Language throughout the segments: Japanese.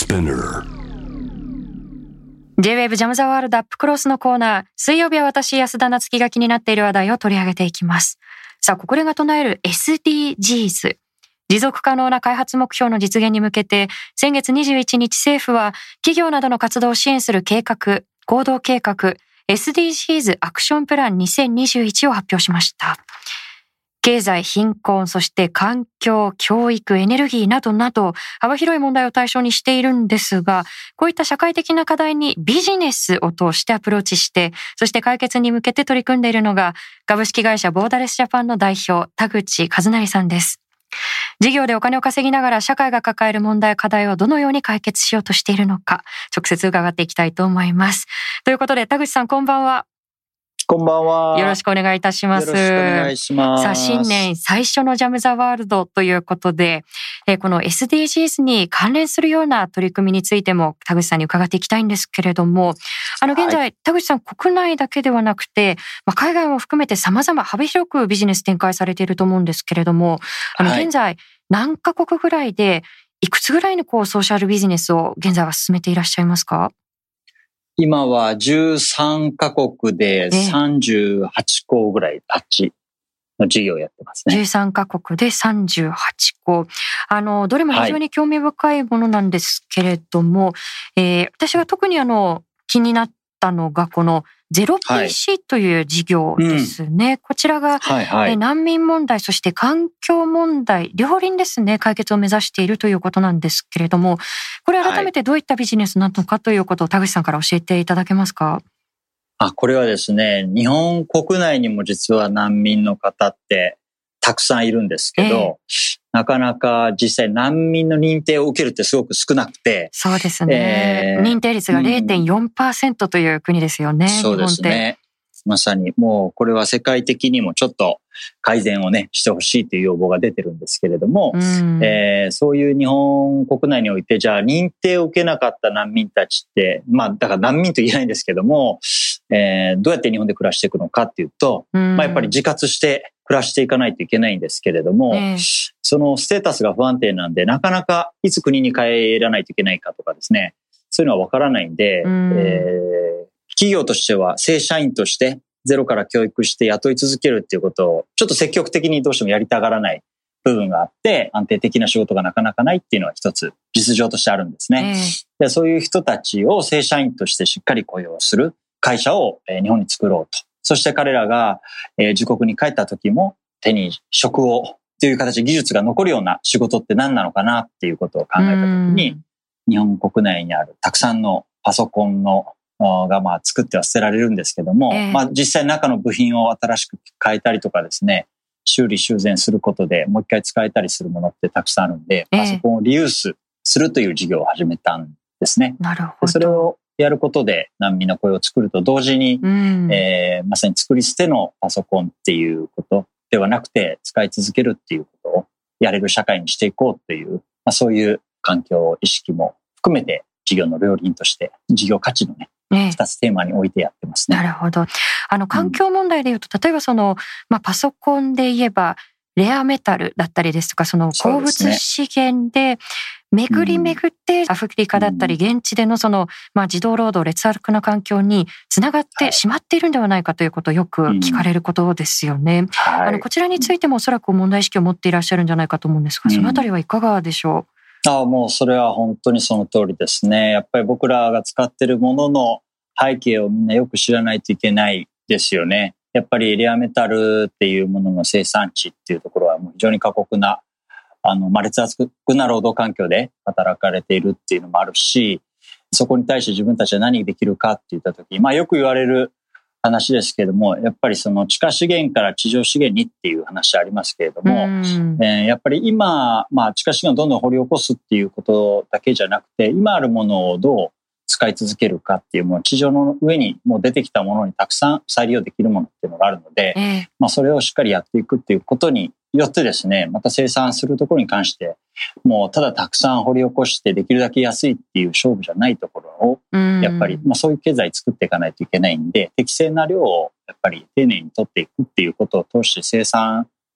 Spinner J-Wave ジャムザワールドアップクロスのコーナー、水曜日は私安田なつきが気になっている話題を取り上げていきます。さあ、国連が唱える SDGs、持続可能な開発目標の実現に向けて、先月21日政府は企業などの活動を支援する計画、行動計画 SDGs アクションプラン2021を発表しました。経済、貧困、そして環境、教育、エネルギーなどなど幅広い問題を対象にしているんですが、こういった社会的な課題にビジネスを通してアプローチして、そして解決に向けて取り組んでいるのが株式会社ボーダレスジャパンの代表、田口和成さんです。事業でお金を稼ぎながら社会が抱える問題、課題をどのように解決しようとしているのか、直接伺っていきたいと思います。ということで、田口さんこんばんは。 こんばんは。 よろしくお願いいたします。 よろしくお願いします。 さあ、新年最初のジャムザワールドということで、この SDGs に関連するような取り組みについても田口さんに伺っていきたいんですけれども、現在、田口さん国内だけではなくて、海外も含めて様々幅広くビジネス展開されていると思うんですけれども、現在何カ国ぐらいでいくつぐらいのソーシャルビジネスを現在は進めていらっしゃいますか？ 今は13カ国で38校ぐらい、8の事業をやってますね。 13カ国で38校。どれも非常に興味深いものなんですけれども、私が特に気になったのがこの0PC という事業ですね。こちらが、難民問題、そして環境問題、両輪ですね、解決を目指しているということなんですけれども、これ改めてどういったビジネスなのかということを田口さんから教えていただけますか？ これはですね、日本国内にも実は難民の方ってたくさんいるんですけど、なかなか実際難民の認定を受けるってすごく少なくて。 そうですね。認定率が 0.4% という国ですよね。 そうですね。まさにもうこれは世界的にもちょっと改善をねしてほしいという要望が出てるんですけれども、そういう日本国内においてじゃあ認定を受けなかった難民たちってだから難民と言えないんですけども、どうやって日本で暮らしていくのかっていうと、やっぱり自活して暮らしていかないといけないんですけれども、そのステータスが不安定なんでなかなかいつ国に帰らないといけないかとかですね、そういうのは分からないんで、企業としては正社員としてゼロから教育して雇い続けるっていうことをちょっと積極的にどうしてもやりたがらない部分があって、安定的な仕事がなかなかないっていうのは一つ実情としてあるんですね。でそういう人たちを正社員としてしっかり雇用する会社を日本に作ろうと。そして彼らが自国に帰った時も手に職をという形で技術が残るような仕事って何なのかなっていうことを考えた時に、日本国内にあるたくさんのパソコンのが作っては捨てられるんですけども、実際中の部品を新しく変えたりとかですね、修理修繕することでもう一回使えたりするものってたくさんあるんで、パソコンをリユースするという事業を始めたんですね。 なるほど。 それをやることで難民の雇用を作ると同時に、まさに作り捨てのパソコンっていうことではなくて使い続けるっていうことをやれる社会にしていこうという、そういう環境意識も含めて事業の両輪として事業価値のね、二つテーマに置いてやってますね。 なるほど。環境問題でいうと、例えばパソコンで言えばレアメタルだったりですとか、その鉱物資源で巡り巡ってアフリカだったり現地での児童労働劣悪な環境につながってしまっているんではないかということをよく聞かれることですよね。こちらについてもおそらく問題意識を持っていらっしゃるんじゃないかと思うんですが、そのあたりはいかがでしょう？ もうそれは本当にその通りですね。やっぱり僕らが使っているものの背景をみんなよく知らないといけないですよね。やっぱりレアメタルっていうものの生産地っていうところはもう非常に過酷な劣悪な労働環境で働かれているっていうのもあるし、そこに対して自分たちは何ができるかって言った時、よく言われる話ですけれども、やっぱりその地下資源から地上資源にっていう話ありますけれども、やっぱり今、地下資源をどんどん掘り起こすっていうことだけじゃなくて、今あるものをどう使い続けるかっていう、もう地上の上にもう出てきたものにたくさん再利用できるものっていうのがあるので、それをしっかりやっていくっていうことによってですね、また生産するところに関してもうただたくさん掘り起こしてできるだけ安いっていう勝負じゃないところをやっぱりそういう経済作っていかないといけないんで、適正な量をやっぱり丁寧に取っていくっていうことを通して生産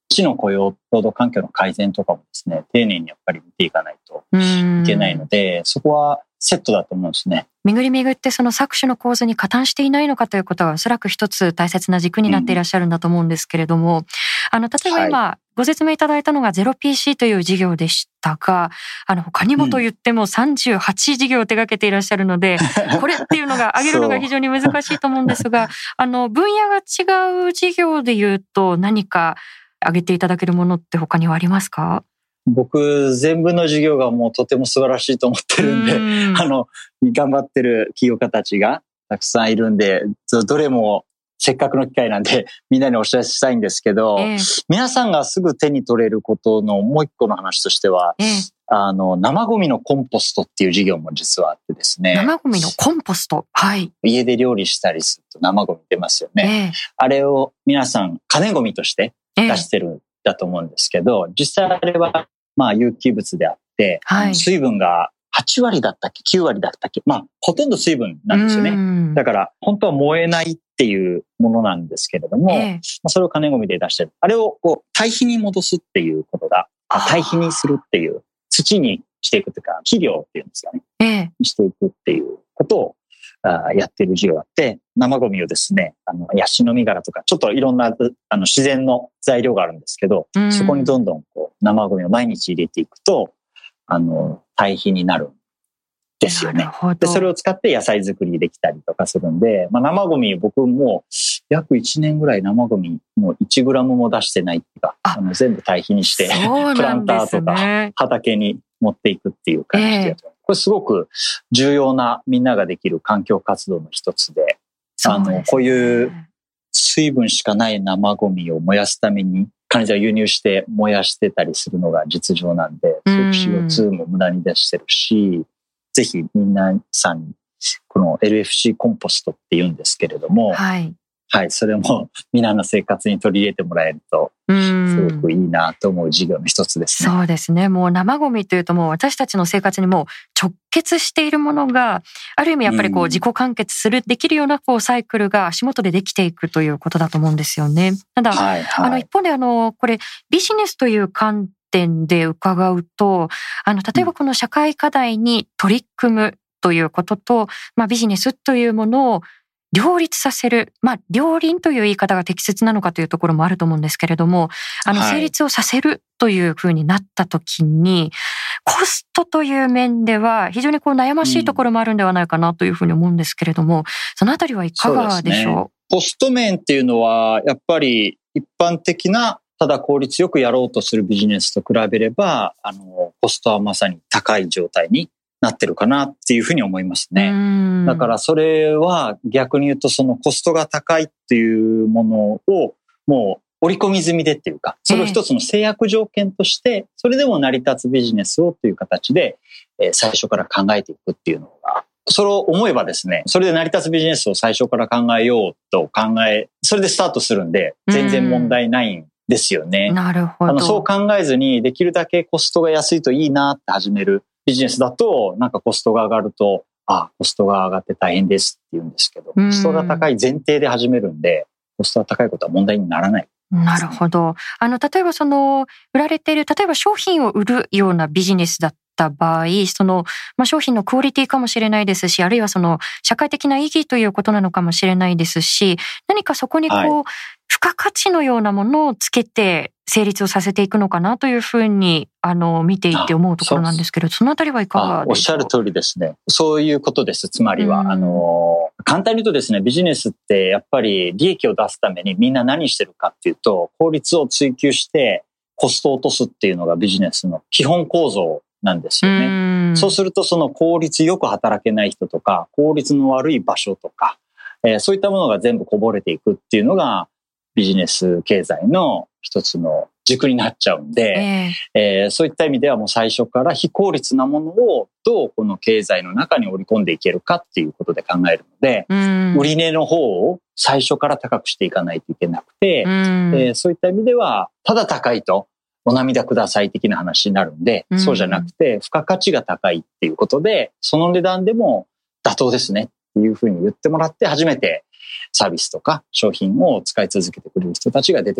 地の雇用、労働環境の改善とかもですね、丁寧にやっぱり見ていかないといけないので、そこはセットだと思うんですね。 巡り巡ってその搾取の構図に加担していないのかということはおそらく一つ大切な軸になっていらっしゃるんだと思うんですけれども、例えば今ご説明いただいたのが 0PC という事業でしたが、他にもと言っても38事業を手掛けていらっしゃるので、これっていうのが挙げるのが非常に難しいと思うんですが、分野が違う事業で言うと何か挙げていただけるものって他にはありますか？ 僕、全部の事業がもうとても素晴らしいと思ってるんで、頑張ってる企業家たちがたくさんいるんで、どれもせっかくの機会なんでみんなにお知らせしたいんですけど、皆さんがすぐ手に取れることのもう一個の話としては、生ゴミのコンポストっていう事業も実はあってですね。 生ゴミのコンポスト。はい。 家で料理したりすると生ゴミ出ますよね。あれを皆さん可燃ゴミとして出してるんだと思うんですけど、実際あれは有機物であって、水分が8割だったっけ9割だったっけ、ほとんど水分なんですよね。だから本当は燃えないっていうものなんですけれども、それを可燃ゴミで出してる。あれを堆肥に戻すっていうことが、堆肥にするっていう、土にしていくというか、肥料っていうんですかね。していくっていうことをやっている事業があって、生ゴミをですね、ヤシの実殻とか、ちょっといろんな自然の材料があるんですけど、そこにどんどん生ゴミを毎日入れていくと、堆肥になるんですよね。で、それを使って野菜作りできたりとかするんで、生ゴミ、僕も約1年ぐらい生ゴミもう1グラムも出してないっていうか、全部堆肥にして、プランターとか畑に持っていくっていう感じで、これすごく重要なみんなができる環境活動の一つで、こういう水分しかない生ゴミを燃やすために、彼女は輸入して燃やしてたりするのが実情なんで、CO2 も無駄に出してるし、ぜひみんなさんにこの LFC コンポストって言うんですけれども、それもみんなの生活に取り入れてもらえるとすごくいいなと思う事業の一つですね。 そうですね。もう生ゴミというともう私たちの生活にも直結しているものがある意味やっぱり自己完結できるようなサイクルが足元でできていくということだと思うんですよね。ただ、一方でこれビジネスという観点で伺うと、例えばこの社会課題に取り組むということと、ビジネスというものを両立させる、両輪という言い方が適切なのかというところもあると思うんですけれども、成立をさせるというふうになったときに、コストという面では非常に悩ましいところもあるんではないかなというふうに思うんですけれども、そのあたりはいかがでしょう？ コスト面っていうのは、やっぱり一般的な、ただ効率よくやろうとするビジネスと比べれば、コストはまさに高い状態になってるかなっていうふうに思いますね。だからそれは逆に言うとそのコストが高いっていうものをもう織り込み済みでっていうか、それを一つの制約条件として、それでも成り立つビジネスをという形で最初から考えていくっていうのが、それを思えばですね、それで成り立つビジネスを最初から考えようとそれでスタートするんで、全然問題ないんですよね。 なるほど。 そう考えずにできるだけコストが安いといいなって始めるビジネスだと、コストが上がると、コストが上がって大変ですって言うんですけど、コストが高い前提で始めるんで、コストが高いことは問題にならない。 なるほど。例えば売られている、例えば商品を売るようなビジネスだった場合、商品のクオリティかもしれないですし、あるいは社会的な意義ということなのかもしれないですし、何かそこに付加価値のようなものをつけて成立をさせていくのかなというふうに見ていて思うところなんですけど、そのあたりはいかがでしょう？ おっしゃる通りですね。そういうことです。つまりは簡単に言うとですね、ビジネスってやっぱり利益を出すためにみんな何してるかっていうと、効率を追求してコストを落とすっていうのがビジネスの基本構造なんですよね。そうすると効率よく働けない人とか、効率の悪い場所とか、そういったものが全部こぼれていくっていうのがビジネス経済の一つの軸になっちゃうんで、そういった意味ではもう最初から非効率なものをどうこの経済の中に織り込んでいけるかっていうことで考えるので、売値の方を最初から高くしていかないといけなくて、そういった意味ではただ高いとお涙ください的な話になるんで、そうじゃなくて付加価値が高いっていうことで、その値段でも妥当ですねっていうふうに言ってもらって初めてサービスとか商品を使い続けてくれる人たちが出てくるの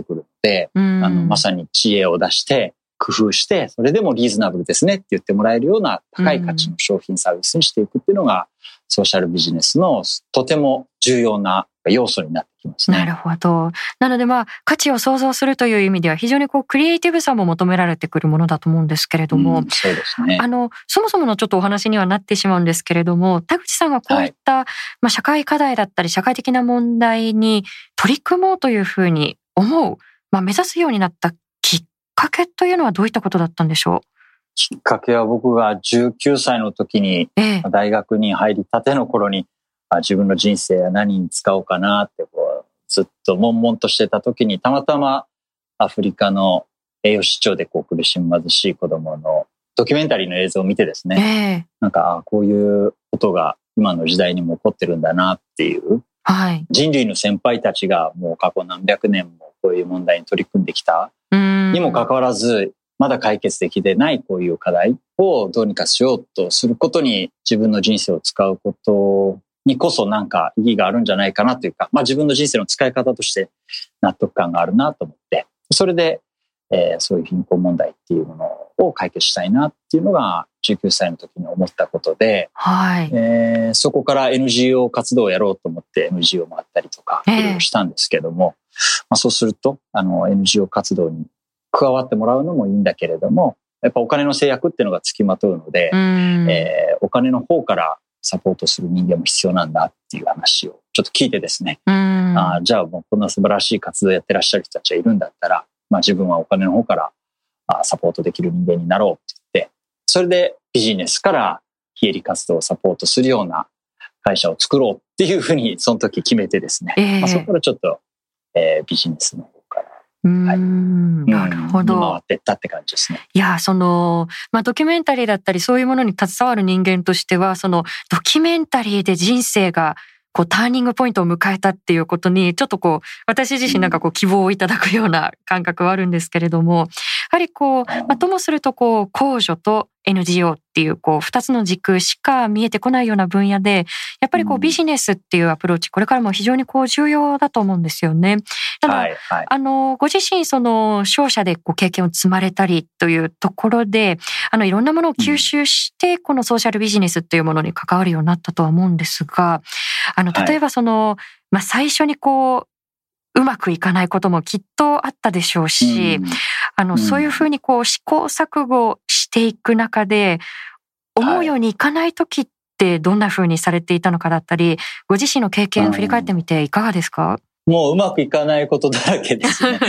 で、まさに知恵を出して工夫して、それでもリーズナブルですねって言ってもらえるような高い価値の商品サービスにしていくっていうのが、ソーシャルビジネスのとても重要な要素になってきますね。 なるほど。なので価値を創造するという意味では非常にクリエイティブさも求められてくるものだと思うんですけれども、 そうですね。 そもそものちょっとお話にはなってしまうんですけれども、田口さんがこういった、社会課題だったり社会的な問題に取り組もうというふうに思う、目指すようになったきっかけというのはどういったことだったんでしょう？ きっかけは僕が19歳の時に大学に入りたての頃に、自分の人生は何に使おうかなってずっと悶々としてた時に、たまたまアフリカの栄養失調で苦しむ貧しい子供のドキュメンタリーの映像を見てですね、なんかこういうことが今の時代にも起こってるんだなっていう、人類の先輩たちがもう過去何百年もこういう問題に取り組んできたにもかかわらず、まだ解決できてないこういう課題をどうにかしようとすることに、自分の人生を使うことにこそなんか意義があるんじゃないかなというか、自分の人生の使い方として納得感があるなと思って、それで、そういう貧困問題っていうものを解決したいなっていうのが19歳の時に思ったことで、そこから NGO 活動をやろうと思って NGO もあったりとかいろいろしたんですけども、そうするとNGO 活動に加わってもらうのもいいんだけれども、やっぱお金の制約っていうのがつきまとうので、お金の方からサポートする人間も必要なんだっていう話をちょっと聞いてですね、じゃあもうこんな素晴らしい活動やってらっしゃる人たちがいるんだったら、自分はお金の方からサポートできる人間になろうって言って、それでビジネスから非営利活動をサポートするような会社を作ろうっていうふうにその時決めてですね、そこからちょっと、ビジネスの方からなるほど。 回ってったって感じですね。 いや、ドキュメンタリーだったりそういうものに携わる人間としては、ドキュメンタリーで人生がターニングポイントを迎えたっていうことに、ちょっと私自身希望をいただくような感覚はあるんですけれども、やはりともすると公助と NGO っていう二つの軸しか見えてこないような分野で、やっぱりビジネスっていうアプローチ、これからも非常に重要だと思うんですよね。ただ、ご自身商社で経験を積まれたりというところで、いろんなものを吸収して、このソーシャルビジネスっていうものに関わるようになったとは思うんですが、例えば最初にうまくいかないこともきっとあったでしょうし、そういうふうに試行錯誤していく中で、思うようにいかない時ってどんなふうにされていたのかだったり、ご自身の経験を振り返ってみていかがですか？ もううまくいかないことだらけですね。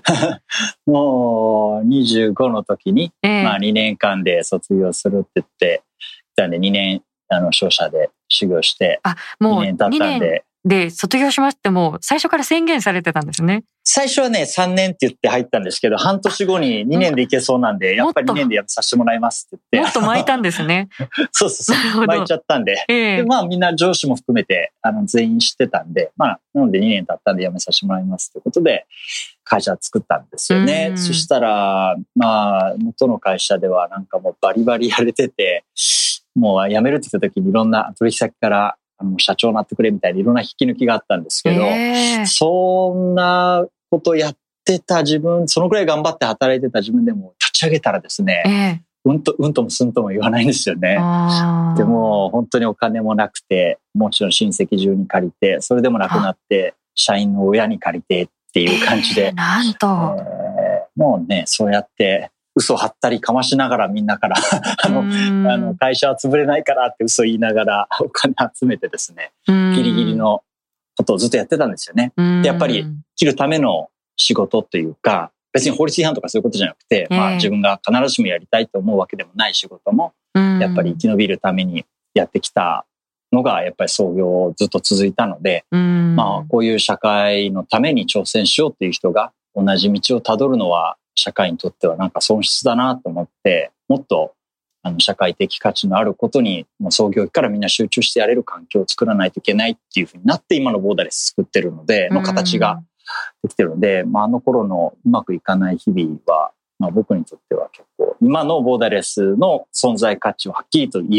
もう25の時に、2年間で卒業するって言ってたんで、2年商社で修行して、 もう 2年経ったんで。 で、卒業しますってもう最初から宣言されてたんですね。 最初はね、3年って言って入ったんですけど、半年後に2年でいけそうなんで、やっぱり2年でやめさせてもらいますって言って。 もっと巻いたんですね。 そう巻いちゃったんで。でみんな上司も含めて、全員知ってたんで、なので2年経ったんでやめさせてもらいますってことで、会社作ったんですよね。そしたら、元の会社ではなんかもうバリバリやれてて、もう辞めるって言った時にいろんな取引先から社長になってくれみたいにいろんな引き抜きがあったんですけど、そんなことやってた自分、そのくらい頑張って働いてた自分でも立ち上げたらですね、うんともすんとも言わないんですよね。でも本当にお金もなくて、もちろん親戚中に借りて、それでもなくなって社員の親に借りてっていう感じで、 なんと、 もうね、そうやって嘘張ったりかましながらみんなから会社は潰れないからって嘘言いながらお金集めてですね、ギリギリのことをずっとやってたんですよね。でやっぱり生きるための仕事というか、別に法律違反とかそういうことじゃなくて、自分が必ずしもやりたいと思うわけでもない仕事も、やっぱり生き延びるためにやってきたのがやっぱり創業ずっと続いたので、こういう社会のために挑戦しようっていう人が同じ道をたどるのは社会にとってはなんか損失だなと思って、もっと社会的価値のあることにもう創業期からみんな集中してやれる環境を作らないといけないっていうふうになって今のボーダレス作ってるので、の形ができてるので、あの頃のうまくいかない日々は、僕にとっては結構今のボーダレスの存在価値をはっきりと言える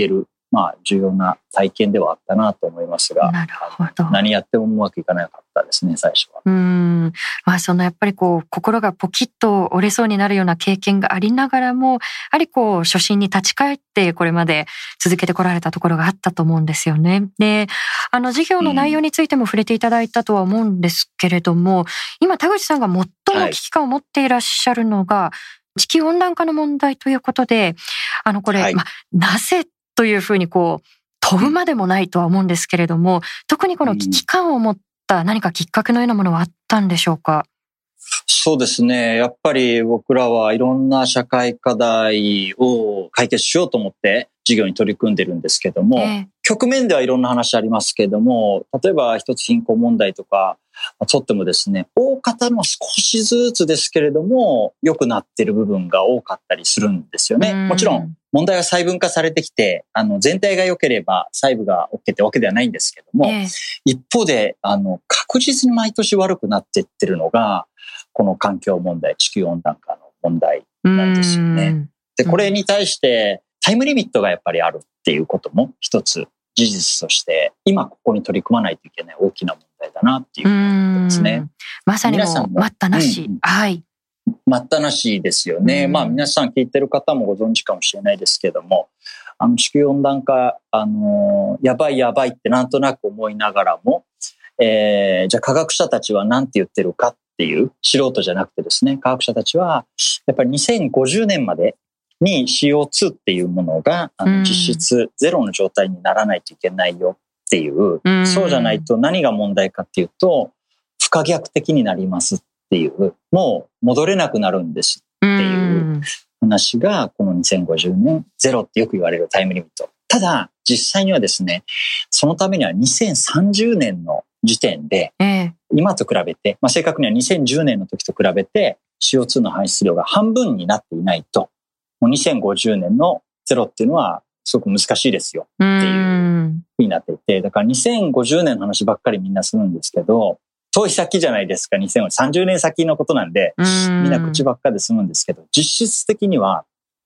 重要な体験ではあったなと思いますが、 なるほど。 何やってもうまくいかなかったですね、最初は。 そのやっぱり心がポキッと折れそうになるような経験がありながらも、やはり初心に立ち返ってこれまで続けてこられたところがあったと思うんですよね。で、事業の内容についても触れていただいたとは思うんですけれども、今田口さんが最も危機感を持っていらっしゃるのが、地球温暖化の問題ということで、これ、なぜというふうに問うまでもないとは思うんですけれども、特にこの危機感を持った何かきっかけのようなものはあったんでしょうか？ そうですね。やっぱり僕らはいろんな社会課題を解決しようと思って事業に取り組んでるんですけども、局面ではいろんな話ありますけれども、例えば一つ貧困問題とかとってもですね、大方の少しずつですけれども良くなっている部分が多かったりするんですよね。もちろん問題は細分化されてきて、全体が良ければ細部が OK ってわけではないんですけども、一方で確実に毎年悪くなっていってるのがこの環境問題、地球温暖化の問題なんですよね。で、これに対してタイムリミットがやっぱりあるっていうことも一つ事実として今ここに取り組まないといけない大きな問題だなっていうふうに思ってますね。 まさにもう待ったなし。 待ったなしですよね。皆さん聞いてる方もご存知かもしれないですけども、地球温暖化やばいってなんとなく思いながらも、じゃあ科学者たちは何て言ってるかっていう素人じゃなくてですね、科学者たちはやっぱり2050年までに CO2 っていうものが実質ゼロの状態にならないといけないよっていう、そうじゃないと何が問題かっていうと不可逆的になりますっていう、もう戻れなくなるんですっていう話がこの2050年ゼロってよく言われるタイムリミット。ただ実際にはですね、そのためには2030年の時点で今と比べて、正確には2010年の時と比べて CO2 の排出量が半分になっていないと、もう2050年のゼロっていうのはすごく難しいですよっていうふうになっていて、だから2050年の話ばっかりみんなするんですけど、遠い先じゃないですか。2030年先のことなんでみんな口ばっかで済むんですけど、実質的には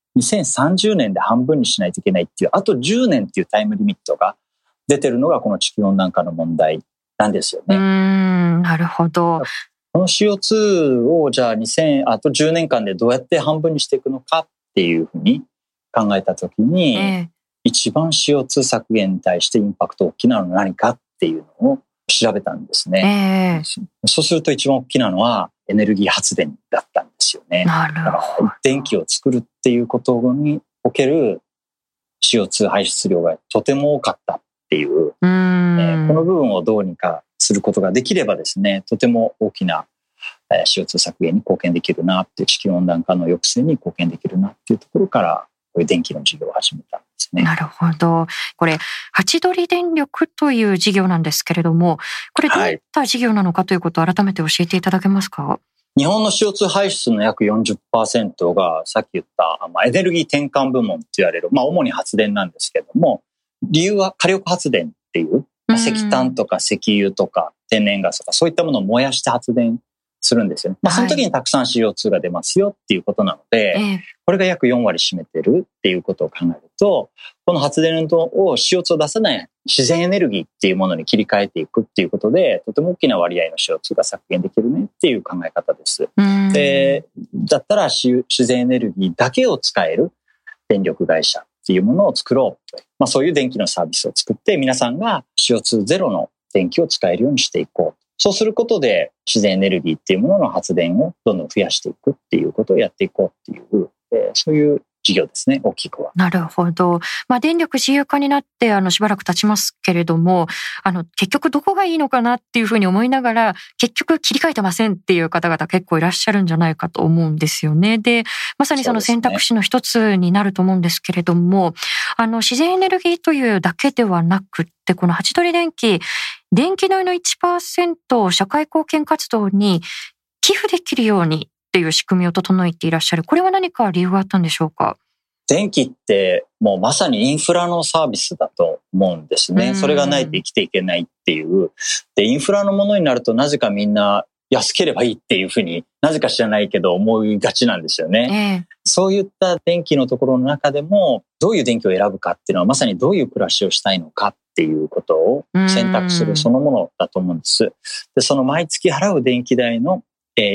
2030年で半分にしないといけないっていう、あと10年っていうタイムリミットが出てるのがこの地球温暖化の問題なんですよね。 なるほど。 この CO2 をじゃああと10年間でどうやって半分にしていくのかっていうふうに考えたときに、一番 CO2 削減に対してインパクト大きなのは何かっていうのを調べたんですね。そうすると一番大きなのはエネルギー発電だったんですよね。 なるほど。 だから電気を作るっていうことにおける CO2 排出量がとても多かったっていう、この部分をどうにかすることができればですね、とても大きな CO2 削減に貢献できるなっていう、地球温暖化の抑制に貢献できるなっていうところからこういう電気の事業を始めたんですね。 なるほど。これハチドリ電力という事業なんですけれども、これどういった事業なのかということを改めて教えていただけますか？ 日本の CO2 排出の約 40% がさっき言ったエネルギー転換部門って言われる、主に発電なんですけども、理由は火力発電っていう、石炭とか石油とか天然ガスとかそういったものを燃やして発電するんですよね。その時にたくさん CO2 が出ますよっていうことなので、これが約4割占めてるっていうことを考えると、この発電を CO2 を出さない自然エネルギーっていうものに切り替えていくっていうことで、とても大きな割合の CO2 が削減できるねっていう考え方です。で、だったら自然エネルギーだけを使える電力会社っていうものを作ろうと、そういう電気のサービスを作って皆さんが CO2 ゼロの電気を使えるようにしていこう。そうすることで自然エネルギーっていうものの発電をどんどん増やしていくっていうことをやっていこうっていう、そういう事業ですね、大きくは。 なるほど。電力自由化になってしばらく経ちますけれども、結局どこがいいのかなっていうふうに思いながら、結局切り替えてませんっていう方々結構いらっしゃるんじゃないかと思うんですよね。で、まさにその選択肢の一つになると思うんですけれども、自然エネルギーというだけではなくって、このハチドリ電気、電気代の 1% を社会貢献活動に寄付できるようにっていう仕組みを整えていらっしゃる。これは何か理由があったんでしょうか？ 電気ってもうまさにインフラのサービスだと思うんですね。それがないと生きていけないっていう。で、インフラのものになるとなぜかみんな安ければいいっていうふうになぜか知らないけど思いがちなんですよね。そういった電気のところの中でもどういう電気を選ぶかっていうのはまさにどういう暮らしをしたいのかっていうことを選択するそのものだと思うんです。で、その毎月払う電気代の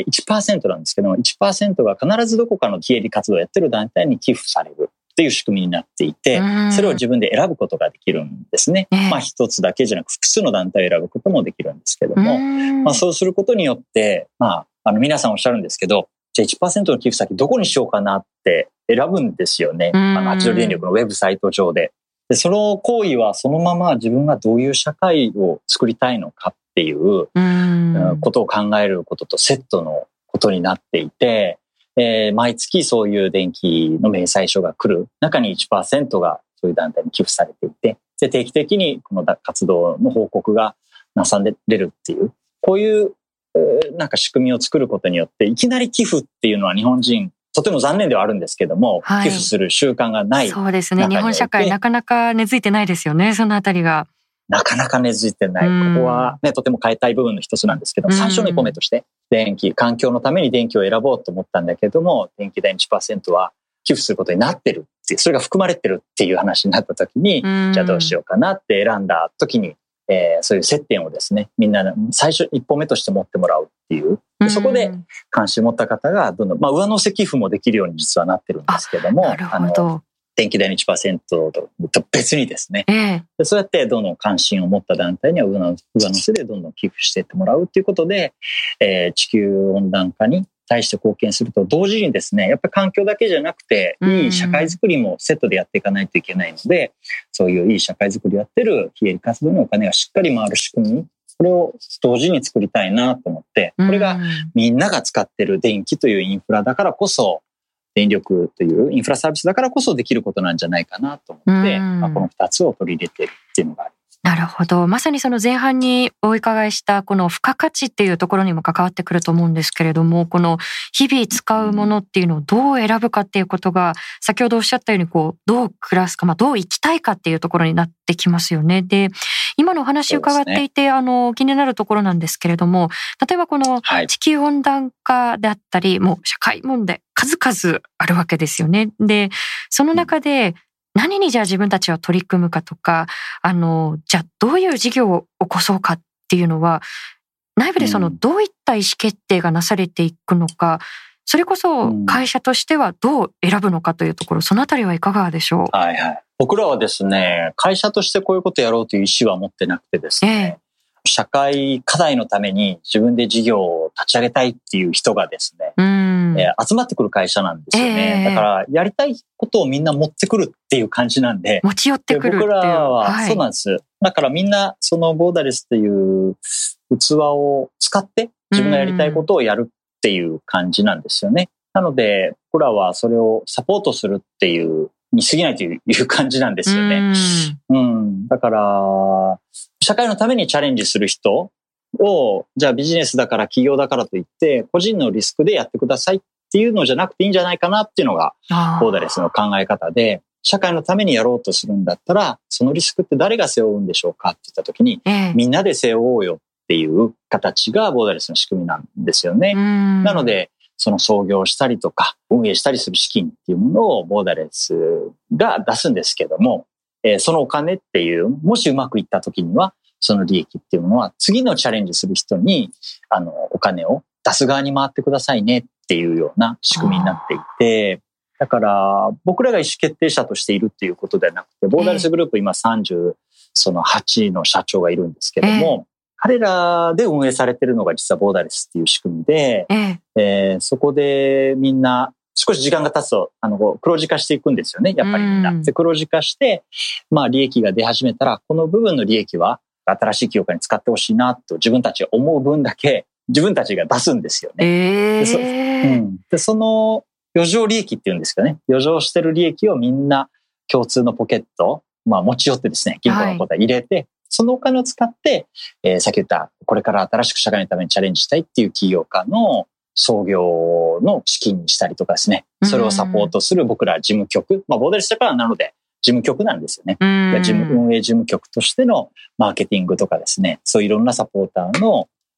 1% なんですけども、1% が必ずどこかの非営利活動をやってる団体に寄付されるっていう仕組みになっていて、それを自分で選ぶことができるんですね。一つだけじゃなく複数の団体を選ぶこともできるんですけども、そうすることによって、皆さんおっしゃるんですけど、じゃあ 1% の寄付先どこにしようかなって選ぶんですよね。八戸電力のウェブサイト上で。で、その行為はそのまま自分がどういう社会を作りたいのかっていうことを考えることとセットのことになっていて、毎月そういう電気の明細書が来る中に 1% がそういう団体に寄付されていて、で定期的にこの活動の報告がなされるっていう、こういうなんか仕組みを作ることによっていきなり寄付っていうのは日本人とても残念ではあるんですけども、寄付する習慣がない。 そうですね。日本社会なかなか根付いてないですよね、そのあたりが。 なかなか根付いてない。ここはね、とても変えたい部分の一つなんですけど、最初の一歩目として、環境のために電気を選ぼうと思ったんだけども、電気代の 1% は寄付することになってるっていう、それが含まれてるっていう話になった時に、じゃあどうしようかなって選んだ時に、そういう接点をですね、みんな最初一歩目として持ってもらうっていう。そこで関心を持った方がどんどん、上乗せ寄付もできるように実はなってるんですけども、電気代の 1% と別にですね、でそうやってどんどん関心を持った団体には上乗せでどんどん寄付していってもらうということで、地球温暖化に対して貢献すると同時にですね、やっぱり環境だけじゃなくていい社会づくりもセットでやっていかないといけないので、そういういい社会づくりをやってる非営利活動にお金がしっかり回る仕組み、これを同時に作りたいなと思って、これがみんなが使ってる電気というインフラだからこそ、電力というインフラサービスだからこそできることなんじゃないかなと思って、この2つを取り入れているっていうのがあります。 なるほど。まさにその前半にお伺いしたこの付加価値っていうところにも関わってくると思うんですけれども、この日々使うものっていうのをどう選ぶかっていうことが、先ほどおっしゃったようにどう暮らすか、どう生きたいかっていうところになってきますよね。で、今のお話を伺っていて、気になるところなんですけれども、例えばこの地球温暖化であったり、もう社会問題数々あるわけですよね。で、その中で何にじゃあ自分たちは取り組むかとか、じゃあどういう事業を起こそうかっていうのは、内部でどういった意思決定がなされていくのか、それこそ会社としてはどう選ぶのかというところ、そのあたりはいかがでしょう？ 僕らはですね、会社としてこういうことをやろうという意思は持ってなくてですね、社会課題のために自分で事業を立ち上げたいっていう人がですね、集まってくる会社なんですよね。だからやりたいことをみんな持ってくるっていう感じなんで、 持ち寄ってくるっていう。 僕らはそうなんです。だからみんなそのボーダレスっていう器を使って自分がやりたいことをやるっていう感じなんですよね。なので僕らはそれをサポートするっていうに過ぎないという感じなんですよね。だから社会のためにチャレンジする人を、じゃあビジネスだから企業だからといって個人のリスクでやってくださいっていうのじゃなくていいんじゃないかなっていうのがボーダレスの考え方で、社会のためにやろうとするんだったらそのリスクって誰が背負うんでしょうかって言った時に、みんなで背負おうよっていう形がボーダレスの仕組みなんですよね。なのでその創業したりとか運営したりする資金っていうものをボーダレスが出すんですけども、そのお金っていう、もしうまくいった時にはその利益っていうものは次のチャレンジする人にお金を出す側に回ってくださいねっていうような仕組みになっていて、だから僕らが意思決定者としているっていうことではなくて、ボーダレスグループ今38の社長がいるんですけども、彼らで運営されているのが実はボーダレスっていう仕組みで、そこでみんな少し時間が経つと黒字化していくんですよね、やっぱりみんな。で黒字化して、利益が出始めたら、この部分の利益は新しい企業家に使ってほしいなと自分たちが思う分だけ自分たちが出すんですよね。でその余剰利益っていうんですかね、余剰してる利益をみんな共通のポケット、持ち寄ってですね、銀行のことは入れて、そのお金を使って、さっき言ったこれから新しく社会のためにチャレンジしたいっていう企業家の創業の資金にしたりとかですね、それをサポートする僕ら事務局、ボーダレスジャパンなので事務局なんですよね。運営事務局としてのマーケティングとかですね、そういういろんなサポーターの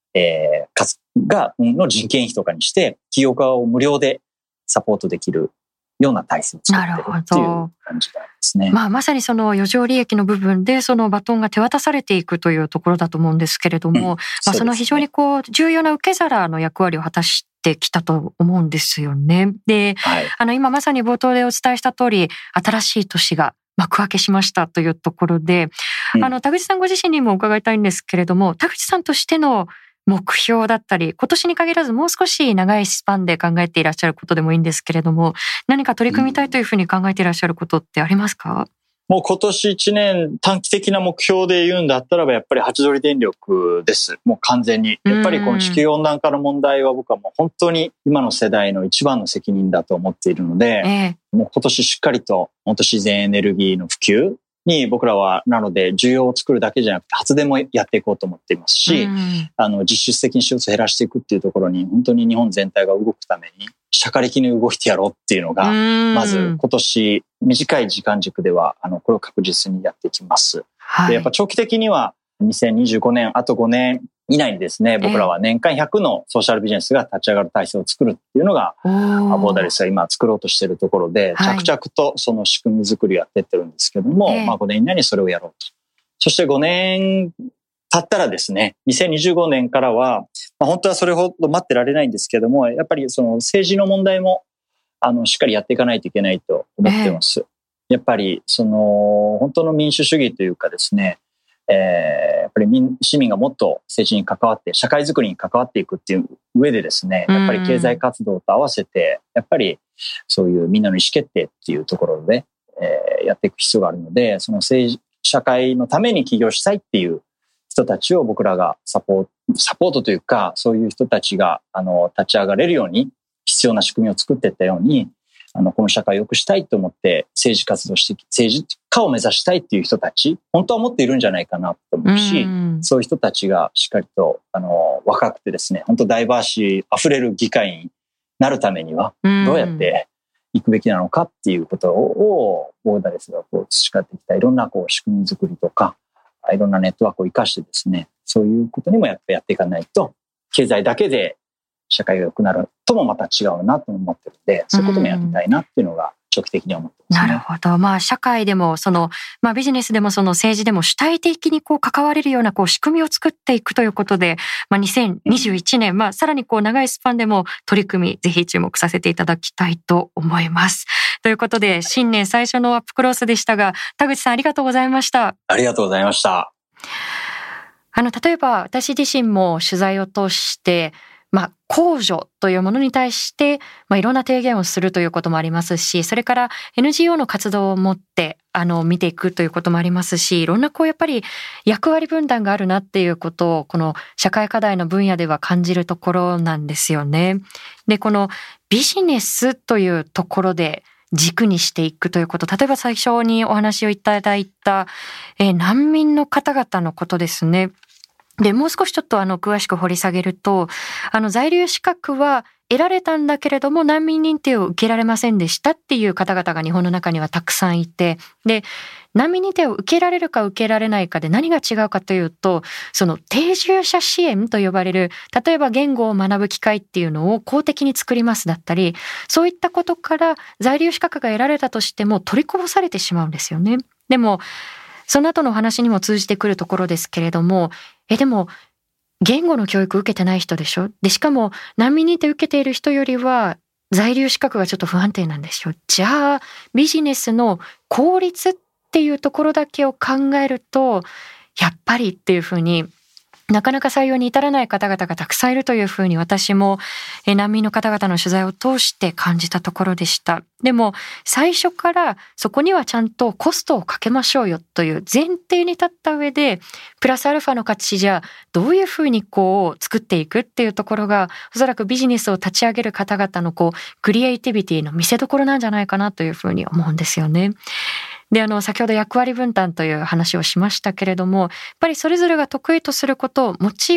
の人件費とかにして、企業側を無料でサポートできるような体制を作ってるっていう感じなんですね。 まさにその余剰利益の部分でそのバトンが手渡されていくというところだと思うんですけれども、その非常に重要な受け皿の役割を果たしてきたと思うんですよね。で、今まさに冒頭でお伝えした通り、新しい年が幕開けしましたというところで、田口さんご自身にも伺いたいんですけれども、田口さんとしての目標だったり、今年に限らずもう少し長いスパンで考えていらっしゃることでもいいんですけれども、何か取り組みたいというふうに考えていらっしゃることってありますか？ もう今年1年短期的な目標で言うんだったらばやっぱりハチドリ電力です。もう完全に。やっぱりこの地球温暖化の問題は僕はもう本当に今の世代の一番の責任だと思っているので、もう今年しっかりと本当自然エネルギーの普及に僕らはなので需要を作るだけじゃなくて発電もやっていこうと思っていますし、実質的に CO2 減らしていくっていうところに本当に日本全体が動くためにしゃかりきに動いてやろうっていうのがまず今年短い時間軸ではこれを確実にやっていきます。でやっぱ長期的には2025年あと5年以内にですね、僕らは年間100のソーシャルビジネスが立ち上がる体制を作るっていうのがボーダレスが今作ろうとしているところで、着々とその仕組み作りをやっていってるんですけども、5年以内にそれをやろうと。そして5年経ったらですね、2025年からは、本当はそれほど待ってられないんですけども、やっぱりその政治の問題もしっかりやっていかないといけないと思っています。やっぱりその本当の民主主義というかですね、やっぱり市民がもっと政治に関わって社会づくりに関わっていくっていう上でですね、やっぱり経済活動と合わせてやっぱりそういうみんなの意思決定っていうところで、やっていく必要があるので、その社会のために起業したいっていう人たちを僕らがサポートというか、そういう人たちが立ち上がれるように必要な仕組みを作っていったように、この社会を良くしたいと思って政治活動して政治家を目指したいっていう人たち、本当は持っているんじゃないかなと思うし、そういう人たちがしっかりと若くてですね、本当ダイバーシー溢れる議会になるためにはどうやっていくべきなのかっていうことをボーダレスが培ってきたいろんな仕組み作りとか、いろんなネットワークを生かしてですね、そういうことにもやっていかないと、経済だけで社会が良くなるともまた違うなと思ってるので、そういうこともやりたいなっていうのが長期的には思ってますね。 なるほど。社会でもビジネスでも政治でも主体的に関われるような仕組みを作っていくということで、2021年、さらに長いスパンでも取り組み、ぜひ注目させていただきたいと思います。ということで、新年最初のアップクロースでしたが、田口さんありがとうございました。 ありがとうございました。 例えば私自身も取材を通して、公助というものに対して、いろんな提言をするということもありますし、それから NGO の活動を持って見ていくということもありますし、いろんなやっぱり役割分担があるなっていうことをこの社会課題の分野では感じるところなんですよね。で、このビジネスというところで軸にしていくということ、例えば最初にお話をいただいた、難民の方々のことですね。で、もう少しちょっと詳しく掘り下げると、在留資格は得られたんだけれども難民認定を受けられませんでしたっていう方々が日本の中にはたくさんいて、で、難民認定を受けられるか受けられないかで何が違うかというと、その定住者支援と呼ばれる、例えば言語を学ぶ機会っていうのを公的に作りますだったり、そういったことから在留資格が得られたとしても取りこぼされてしまうんですよね。でも、その後のお話にも通じてくるところですけれども、でも言語の教育受けてない人でしょ。で、しかも難民認定受けている人よりは在留資格がちょっと不安定なんでしょ。じゃあビジネスの効率っていうところだけを考えると、やっぱりっていうふうになかなか採用に至らない方々がたくさんいるというふうに私も難民の方々の取材を通して感じたところでした。でも最初からそこにはちゃんとコストをかけましょうよという前提に立った上で、プラスアルファの価値じゃどういうふうに作っていくっていうところが、おそらくビジネスを立ち上げる方々のクリエイティビティの見せ所なんじゃないかなというふうに思うんですよね。で、先ほど役割分担という話をしましたけれども、やっぱりそれぞれが得意とすることを持ち寄っ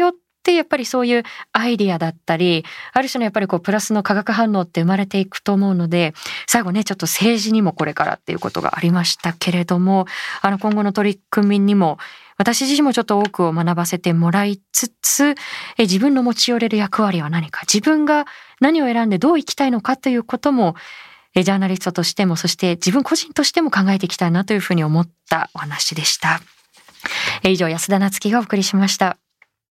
ってやっぱりそういうアイディアだったり、ある種のやっぱりプラスの化学反応って生まれていくと思うので、最後ねちょっと政治にもこれからっていうことがありましたけれども、今後の取り組みにも私自身もちょっと多くを学ばせてもらいつつ、自分の持ち寄れる役割は何か、自分が何を選んでどう生きたいのかということもジャーナリストとしても、そして自分個人としても考えていきたいなというふうに思ったお話でした。以上、安田なつきがお送りしました。